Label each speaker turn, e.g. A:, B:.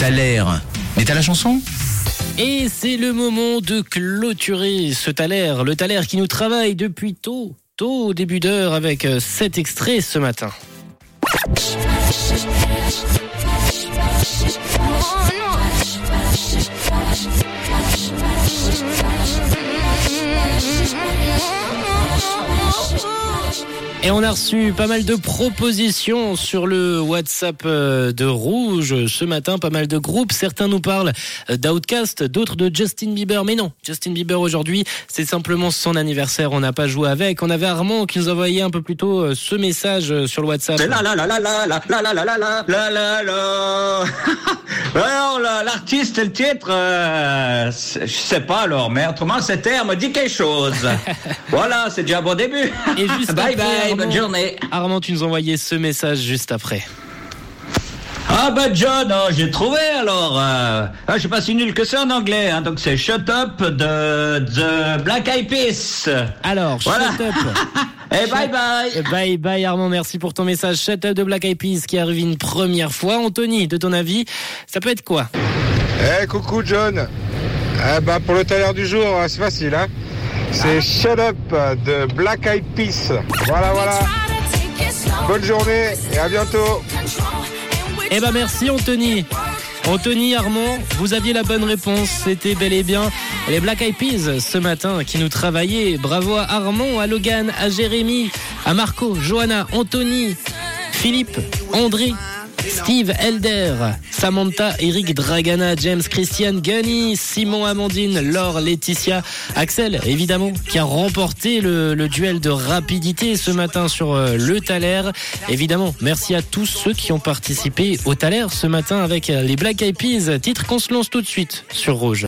A: Thaler. Mais t'as la chanson ?
B: Et c'est le moment de clôturer ce Thaler. Le Thaler qui nous travaille depuis tôt au début d'heure avec 7 extraits ce matin. Et on a reçu pas mal de propositions sur le WhatsApp de Rouge ce matin, pas mal de groupes. Certains nous parlent d'Outkast, d'autres de Justin Bieber. Mais non, Justin Bieber aujourd'hui, c'est simplement son anniversaire. On n'a pas joué avec. On avait Armand qui nous envoyait un peu plus tôt ce message sur le WhatsApp.
C: C'est la la la la la la la la la la la la la la. Alors l'artiste et le titre, je sais pas alors, mais autrement cet air me dit quelque chose. Voilà, c'est déjà un bon début.
B: Et juste
C: bye
B: après,
C: bye,
B: Armand,
C: bonne journée.
B: Armand, tu nous envoyais ce message juste après.
C: Ah bah John, j'ai trouvé alors. Je suis pas si nul que ça en anglais, hein, donc c'est Shut Up de The Black Eyed Peas.
B: Alors,
C: voilà.
B: Shut Up.
C: Et bye bye.
B: Bye bye Armand, merci pour ton message. Shut Up de Black Eyed Peas qui arrive une première fois. Anthony, de ton avis, ça peut être quoi ?
D: Coucou John. Pour le Thaler du jour, c'est facile, hein. C'est Shut Up de Black Eyed Peas. Voilà. Bonne journée et à bientôt.
B: Merci Anthony. Anthony, Armand, vous aviez la bonne réponse. C'était bel et bien les Black Eyed Peas ce matin qui nous travaillaient. Bravo à Armand, à Logan, à Jérémy, à Marco, Johanna, Anthony, Philippe, André, Steve, Elder, Samantha, Eric, Dragana, James, Christian, Gunny, Simon, Amandine, Laure, Laetitia, Axel, évidemment, qui a remporté le duel de rapidité ce matin sur le Thaler. Évidemment, merci à tous ceux qui ont participé au Thaler ce matin avec les Black Eyed Peas. Titre qu'on se lance tout de suite sur Rouge.